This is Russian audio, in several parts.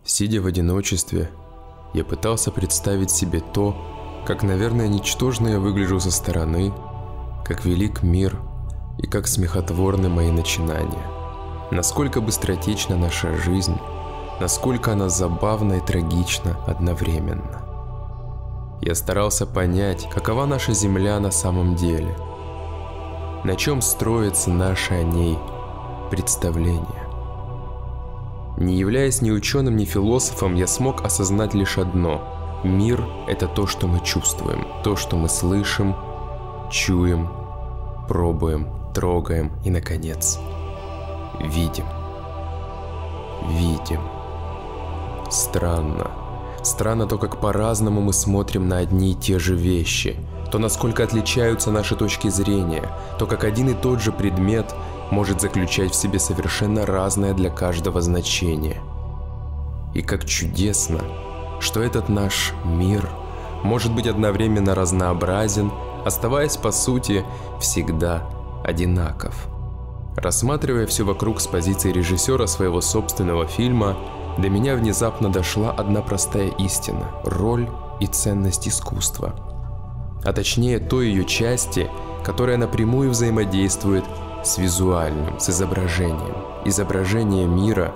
Сидя в одиночестве, я пытался представить себе то, как, наверное, ничтожно я выгляжу со стороны, как велик мир и как смехотворны мои начинания. Насколько быстротечна наша жизнь, насколько она забавна и трагична одновременно. Я старался понять, какова наша Земля на самом деле, на чем строится наше о ней представление. Не являясь ни ученым, ни философом, я смог осознать лишь одно: мир – это то, что мы чувствуем, то, что мы слышим, чуем, пробуем, трогаем и, наконец, видим. Видим. Странно. Странно то, как по-разному мы смотрим на одни и те же вещи, то, насколько отличаются наши точки зрения, то, как один и тот же предмет может заключать в себе совершенно разное для каждого значение. И как чудесно, что этот наш мир может быть одновременно разнообразен, оставаясь по сути всегда одинаков. Рассматривая все вокруг с позиции режиссера своего собственного фильма, до меня внезапно дошла одна простая истина – роль и ценность искусства. А точнее той ее части, которая напрямую взаимодействует с визуальным, с изображением. Изображение мира,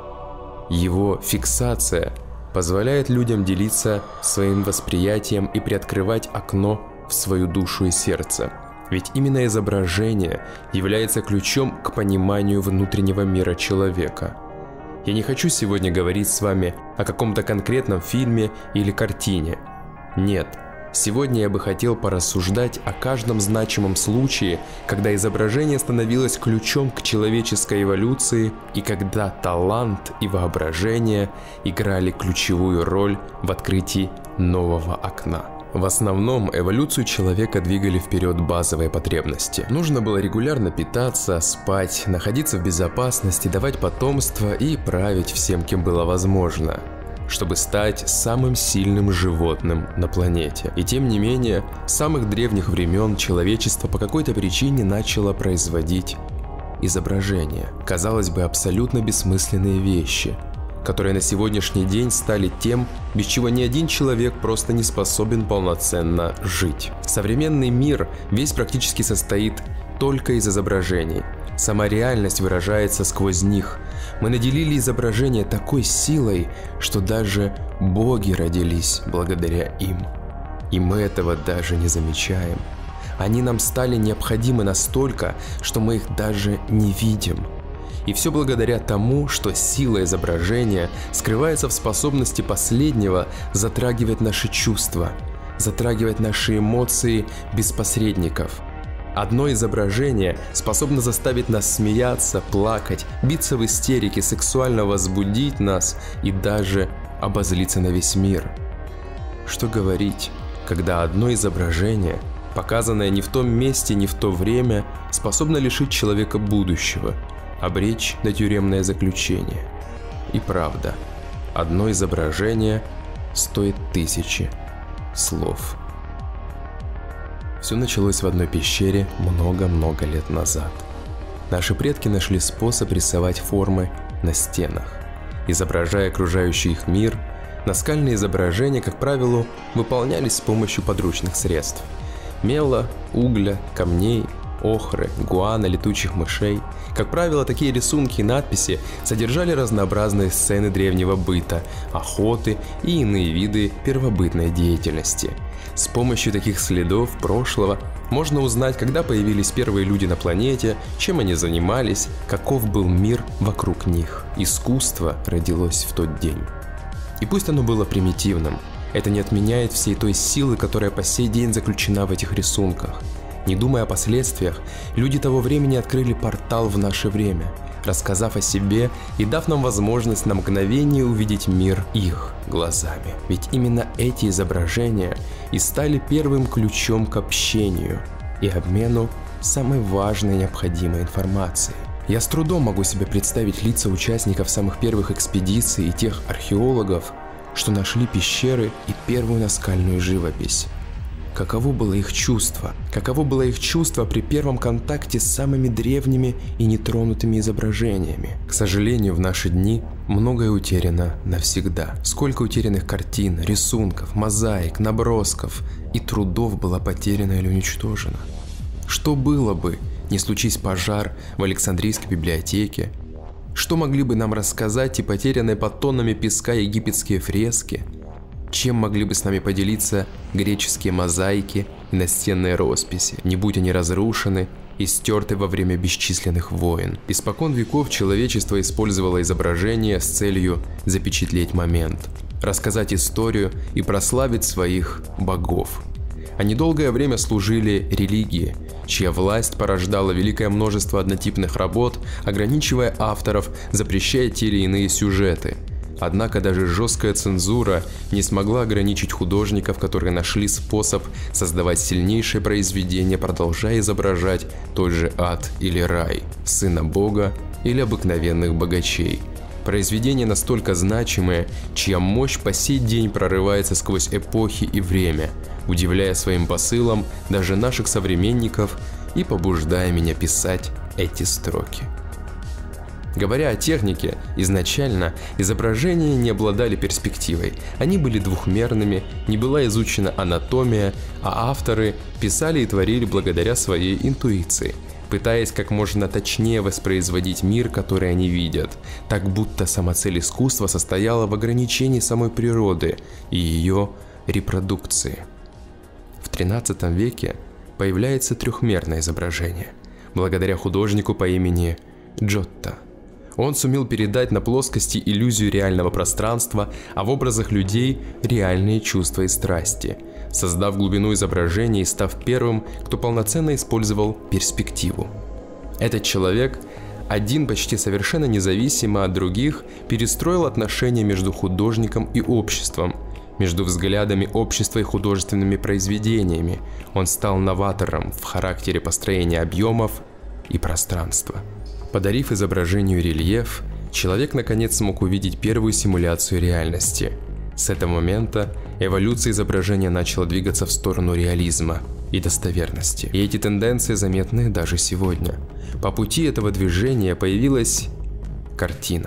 его фиксация позволяет людям делиться своим восприятием и приоткрывать окно в свою душу и сердце. Ведь именно изображение является ключом к пониманию внутреннего мира человека. Я не хочу сегодня говорить с вами о каком-то конкретном фильме или картине. Нет. Сегодня я бы хотел порассуждать о каждом значимом случае, когда изображение становилось ключом к человеческой эволюции и когда талант и воображение играли ключевую роль в открытии нового окна. В основном эволюцию человека двигали вперед базовые потребности. Нужно было регулярно питаться, спать, находиться в безопасности, давать потомство и править всем, кем было возможно, чтобы стать самым сильным животным на планете. И тем не менее, с самых древних времен человечество по какой-то причине начало производить изображения. Казалось бы, абсолютно бессмысленные вещи, которые на сегодняшний день стали тем, без чего ни один человек просто не способен полноценно жить. Современный мир весь практически состоит только из изображений. Сама реальность выражается сквозь них. Мы наделили изображение такой силой, что даже боги родились благодаря им. И мы этого даже не замечаем. Они нам стали необходимы настолько, что мы их даже не видим. И все благодаря тому, что сила изображения скрывается в способности последнего затрагивать наши чувства, затрагивать наши эмоции без посредников. Одно изображение способно заставить нас смеяться, плакать, биться в истерике, сексуально возбудить нас и даже обозлиться на весь мир. Что говорить, когда одно изображение, показанное не в том месте, не в то время, способно лишить человека будущего, обречь на тюремное заключение. И правда, одно изображение стоит 1000 слов. Все началось в одной пещере много-много лет назад. Наши предки нашли способ рисовать формы на стенах. Изображая окружающий их мир, наскальные изображения, как правило, выполнялись с помощью подручных средств: мела, угля, камней, охры, гуана, летучих мышей. Как правило, такие рисунки и надписи содержали разнообразные сцены древнего быта, охоты и иные виды первобытной деятельности. С помощью таких следов прошлого можно узнать, когда появились первые люди на планете, чем они занимались, каков был мир вокруг них. Искусство родилось в тот день. И пусть оно было примитивным, это не отменяет всей той силы, которая по сей день заключена в этих рисунках. Не думая о последствиях, люди того времени открыли портал в наше время, рассказав о себе и дав нам возможность на мгновение увидеть мир их глазами. Ведь именно эти изображения и стали первым ключом к общению и обмену самой важной необходимой информацией. Я с трудом могу себе представить лица участников самых первых экспедиций и тех археологов, что нашли пещеры и первую наскальную живопись. Каково было их чувство? Каково было их чувство при первом контакте с самыми древними и нетронутыми изображениями? К сожалению, в наши дни многое утеряно навсегда. Сколько утерянных картин, рисунков, мозаик, набросков и трудов было потеряно или уничтожено? Что было бы, не случись пожар в Александрийской библиотеке? Что могли бы нам рассказать и потерянные под тоннами песка египетские фрески? Чем могли бы с нами поделиться греческие мозаики и настенные росписи, не будь они разрушены и стерты во время бесчисленных войн? Испокон веков человечество использовало изображения с целью запечатлеть момент, рассказать историю и прославить своих богов. Они долгое время служили религии, чья власть порождала великое множество однотипных работ, ограничивая авторов, запрещая те или иные сюжеты. Однако даже жесткая цензура не смогла ограничить художников, которые нашли способ создавать сильнейшее произведение, продолжая изображать тот же ад или рай, сына Бога или обыкновенных богачей. Произведения настолько значимые, чья мощь по сей день прорывается сквозь эпохи и время, удивляя своим посылом даже наших современников и побуждая меня писать эти строки. Говоря о технике, изначально изображения не обладали перспективой, они были двухмерными, не была изучена анатомия, а авторы писали и творили благодаря своей интуиции, пытаясь как можно точнее воспроизводить мир, который они видят, так будто сама цель искусства состояла в ограничении самой природы и ее репродукции. В XIII веке появляется трехмерное изображение, благодаря художнику по имени Джотто. Он сумел передать на плоскости иллюзию реального пространства, а в образах людей реальные чувства и страсти, создав глубину изображения и став первым, кто полноценно использовал перспективу. Этот человек, один почти совершенно независимо от других, перестроил отношения между художником и обществом, между взглядами общества и художественными произведениями. Он стал новатором в характере построения объемов и пространства. Подарив изображению рельеф, человек наконец смог увидеть первую симуляцию реальности. С этого момента эволюция изображения начала двигаться в сторону реализма и достоверности. И эти тенденции заметны даже сегодня. По пути этого движения появилась картина.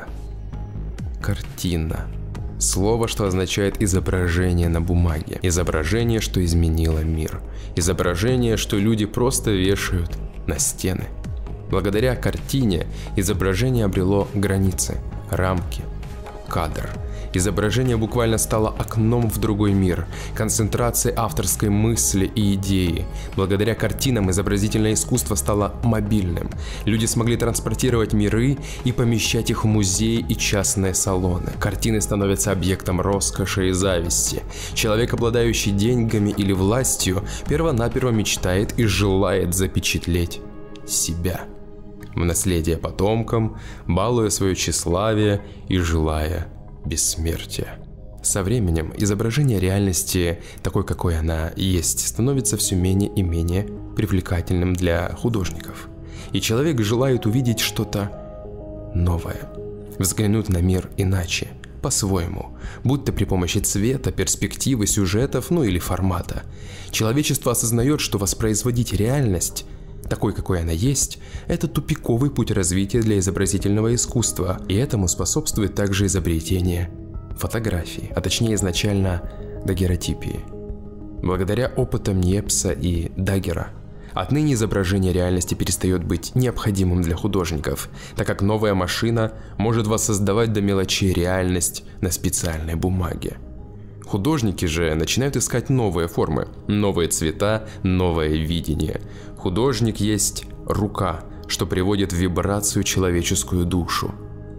Картина. Слово, что означает изображение на бумаге. Изображение, что изменило мир. Изображение, что люди просто вешают на стены. Благодаря картине изображение обрело границы, рамки, кадр. Изображение буквально стало окном в другой мир, концентрацией авторской мысли и идеи. Благодаря картинам изобразительное искусство стало мобильным. Люди смогли транспортировать миры и помещать их в музеи и частные салоны. Картины становятся объектом роскоши и зависти. Человек, обладающий деньгами или властью, первонаперво мечтает и желает запечатлеть себя в наследие потомкам, балуя свое тщеславие и желая бессмертия. Со временем изображение реальности, такой какой она есть, становится все менее и менее привлекательным для художников. И человек желает увидеть что-то новое, взглянуть на мир иначе, по-своему, будто при помощи цвета, перспективы, сюжетов, или формата. Человечество осознает, что воспроизводить реальность такой, какой она есть, это тупиковый путь развития для изобразительного искусства, и этому способствует также изобретение фотографии, а точнее изначально дагеротипии. Благодаря опытам Ньепса и Даггера, отныне изображение реальности перестает быть необходимым для художников, так как новая машина может воссоздавать до мелочей реальность на специальной бумаге. Художники же начинают искать новые формы, новые цвета, новое видение. Художник есть рука, что приводит в вибрацию человеческую душу.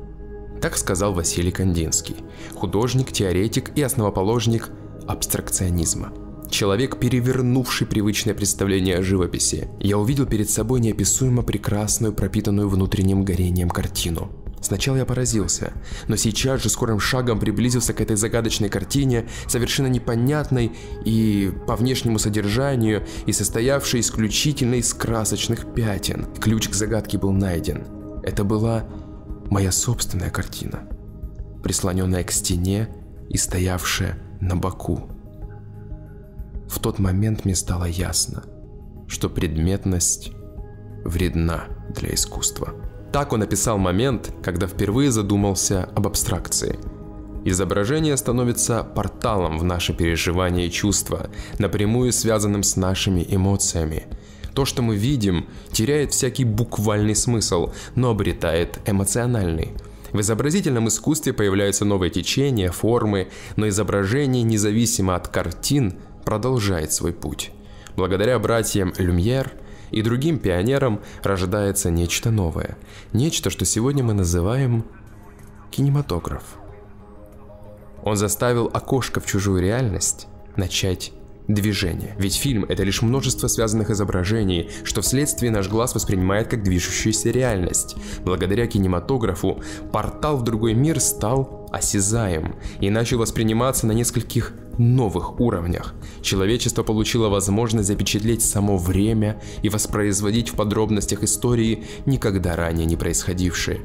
Так сказал Василий Кандинский, художник, теоретик и основоположник абстракционизма. Человек, перевернувший привычное представление о живописи. Я увидел перед собой неописуемо прекрасную, пропитанную внутренним горением картину. Сначала я поразился, но сейчас же скорым шагом приблизился к этой загадочной картине, совершенно непонятной и по внешнему содержанию, и состоявшей исключительно из красочных пятен. Ключ к загадке был найден. Это была моя собственная картина, прислоненная к стене и стоявшая на боку. в тот момент мне стало ясно, что предметность вредна для искусства. Так он описал момент, когда впервые задумался об абстракции. Изображение становится порталом в наше переживание и чувства, напрямую связанным с нашими эмоциями. То, что мы видим, теряет всякий буквальный смысл, но обретает эмоциональный. В изобразительном искусстве появляются новые течения, формы, но изображение, независимо от картин, продолжает свой путь. Благодаря братьям Люмьер и другим пионерам рождается нечто новое. Нечто, что сегодня мы называем кинематограф. Он заставил окошко в чужую реальность начать движение. Ведь фильм — это лишь множество связанных изображений, что вследствие наш глаз воспринимает как движущуюся реальность. Благодаря кинематографу портал в другой мир стал осязаем и начал восприниматься на нескольких новых уровнях. Человечество получило возможность запечатлеть само время и воспроизводить в подробностях истории, никогда ранее не происходившие.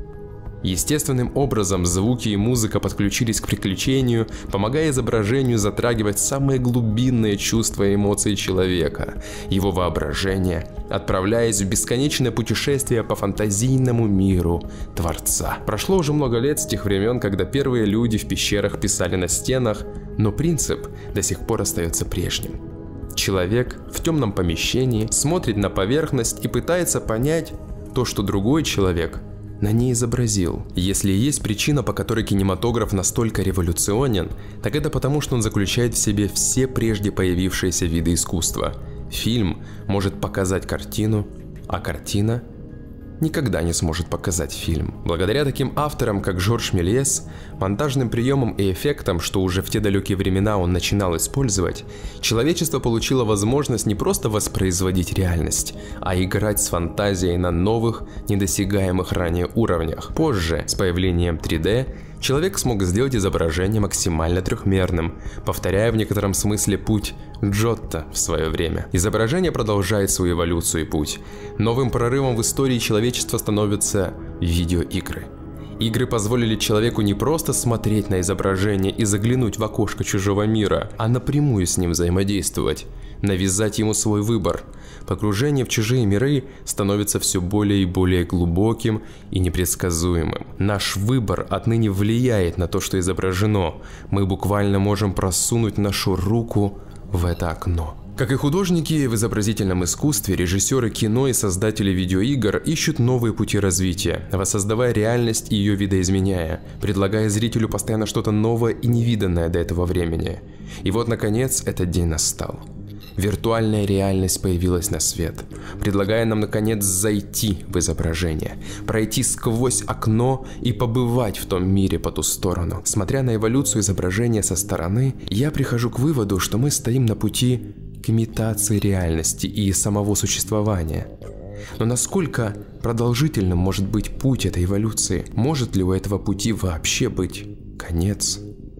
Естественным образом звуки и музыка подключились к приключению, помогая изображению затрагивать самые глубинные чувства и эмоции человека, его воображение, отправляясь в бесконечное путешествие по фантазийному миру Творца. Прошло уже много лет с тех времен, когда первые люди в пещерах писали на стенах, но принцип до сих пор остается прежним. Человек в темном помещении смотрит на поверхность и пытается понять то, что другой человек на ней изобразил. Если есть причина, по которой кинематограф настолько революционен, так это потому, что он заключает в себе все прежде появившиеся виды искусства. Фильм может показать картину, а картина никогда не сможет показать фильм. Благодаря таким авторам, как Жорж Мельес, монтажным приемам и эффектам, что уже в те далекие времена он начинал использовать, человечество получило возможность не просто воспроизводить реальность, а играть с фантазией на новых, недосягаемых ранее уровнях. Позже, с появлением 3D, человек смог сделать изображение максимально трехмерным, повторяя в некотором смысле путь Джотто в свое время. Изображение продолжает свою эволюцию и путь. Новым прорывом в истории человечества становятся видеоигры. Игры позволили человеку не просто смотреть на изображение и заглянуть в окошко чужого мира, а напрямую с ним взаимодействовать, навязать ему свой выбор. Погружение в чужие миры становится все более и более глубоким и непредсказуемым. Наш выбор отныне влияет на то, что изображено. Мы буквально можем просунуть нашу руку в это окно. Как и художники в изобразительном искусстве, режиссеры кино и создатели видеоигр ищут новые пути развития, воссоздавая реальность и ее видоизменяя, предлагая зрителю постоянно что-то новое и невиданное до этого времени. И вот, наконец, этот день настал. Виртуальная реальность появилась на свет, предлагая нам, наконец, зайти в изображение, пройти сквозь окно и побывать в том мире по ту сторону. Смотря на эволюцию изображения со стороны, я прихожу к выводу, что мы стоим на пути к имитации реальности и самого существования. Но насколько продолжительным может быть путь этой эволюции? Может ли у этого пути вообще быть конец,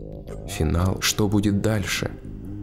финал? Что будет дальше?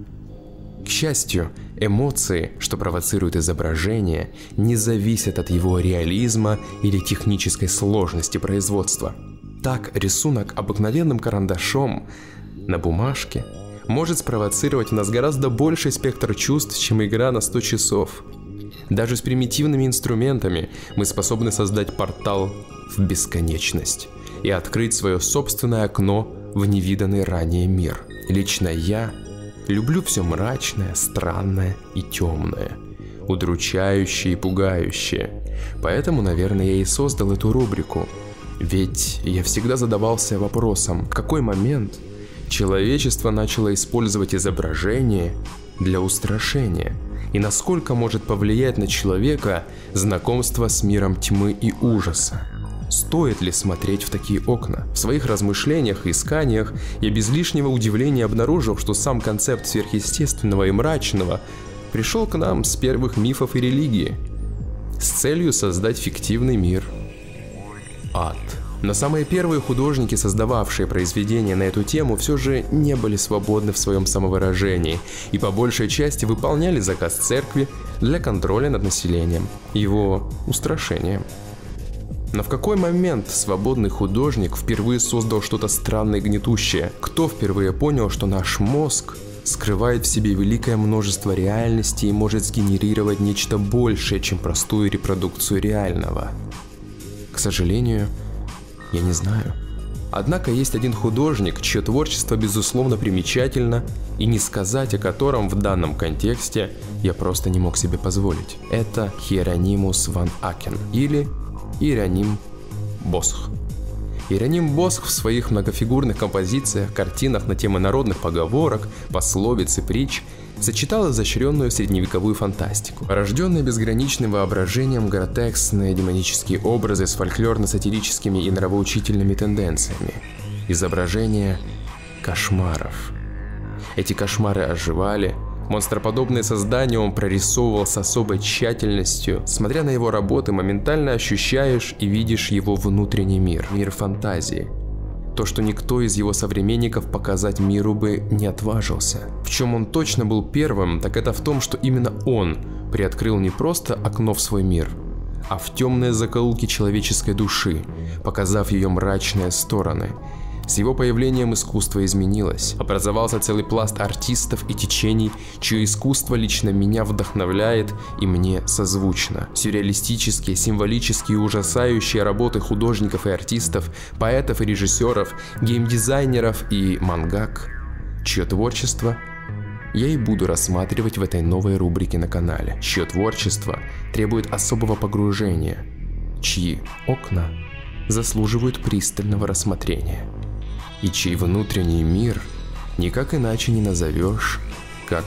К счастью, эмоции, что провоцируют изображение, не зависят от его реализма или технической сложности производства. Так, рисунок обыкновенным карандашом на бумажке может спровоцировать в нас гораздо больший спектр чувств, чем игра на 100 часов. Даже с примитивными инструментами мы способны создать портал в бесконечность и открыть свое собственное окно в невиданный ранее мир. Лично я люблю все мрачное, странное и темное, удручающее и пугающее. Поэтому, наверное, я и создал эту рубрику. Ведь я всегда задавался вопросом, в какой момент человечество начало использовать изображение для устрашения, и насколько может повлиять на человека знакомство с миром тьмы и ужаса. Стоит ли смотреть в такие окна? В своих размышлениях и исканиях я без лишнего удивления обнаружил, что сам концепт сверхъестественного и мрачного пришел к нам с первых мифов и религии, с целью создать фиктивный мир – ад. Но самые первые художники, создававшие произведения на эту тему, все же не были свободны в своем самовыражении и по большей части выполняли заказ церкви для контроля над населением, его устрашением. Но в какой момент свободный художник впервые создал что-то странное и гнетущее? Кто впервые понял, что наш мозг скрывает в себе великое множество реальностей и может сгенерировать нечто большее, чем простую репродукцию реального? К сожалению, я не знаю. Однако есть один художник, чье творчество безусловно примечательно, и не сказать о котором в данном контексте я просто не мог себе позволить. Это Хиеронимус ван Акен или Иероним Босх. Иероним Босх в своих многофигурных композициях, картинах на темы народных поговорок, пословиц и притч сочетал изощренную средневековую фантастику. Рожденные безграничным воображением гротескные демонические образы с фольклорно-сатирическими и нравоучительными тенденциями. Изображения кошмаров. Эти кошмары оживали, монстроподобные создания он прорисовывал с особой тщательностью. Смотря на его работы, моментально ощущаешь и видишь его внутренний мир, мир фантазии. То, что никто из его современников показать миру бы не отважился. В чем он точно был первым, так это в том, что именно он приоткрыл не просто окно в свой мир, а в темные закоулки человеческой души, показав ее мрачные стороны. С его появлением искусство изменилось. Образовался целый пласт артистов и течений, чье искусство лично меня вдохновляет и мне созвучно. Сюрреалистические, символические и ужасающие работы художников и артистов, поэтов и режиссеров, геймдизайнеров и мангак, чье творчество я и буду рассматривать в этой новой рубрике на канале. Чье творчество требует особого погружения, чьи окна заслуживают пристального рассмотрения. И чей внутренний мир никак иначе не назовешь, как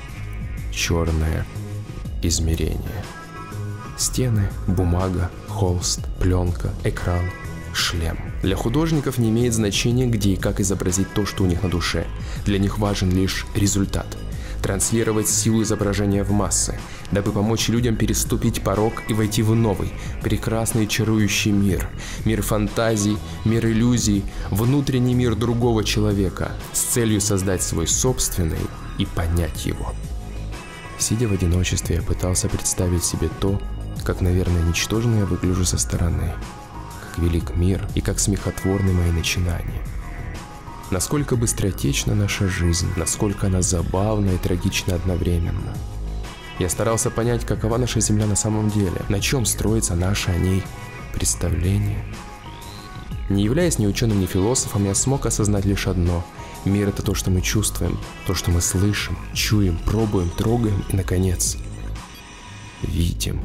черное измерение. Стены, бумага, холст, пленка, экран, шлем. Для художников не имеет значения, где и как изобразить то, что у них на душе. Для них важен лишь результат. Транслировать силу изображения в массы, дабы помочь людям переступить порог и войти в новый, прекрасный чарующий мир. Мир фантазий, мир иллюзий, внутренний мир другого человека, с целью создать свой собственный и понять его. Сидя в одиночестве, я пытался представить себе то, как, наверное, ничтожно я выгляжу со стороны, как велик мир и как смехотворны мои начинания. Насколько быстротечна наша жизнь, насколько она забавна и трагична одновременно. Я старался понять, какова наша Земля на самом деле, на чем строится наше о ней представление. Не являясь ни ученым, ни философом, я смог осознать лишь одно. Мир — это то, что мы чувствуем, то, что мы слышим, чуем, пробуем, трогаем и, наконец, видим.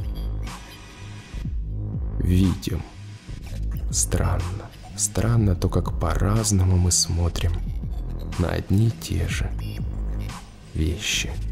Видим. Странно. Странно то, как по-разному мы смотрим на одни и те же вещи.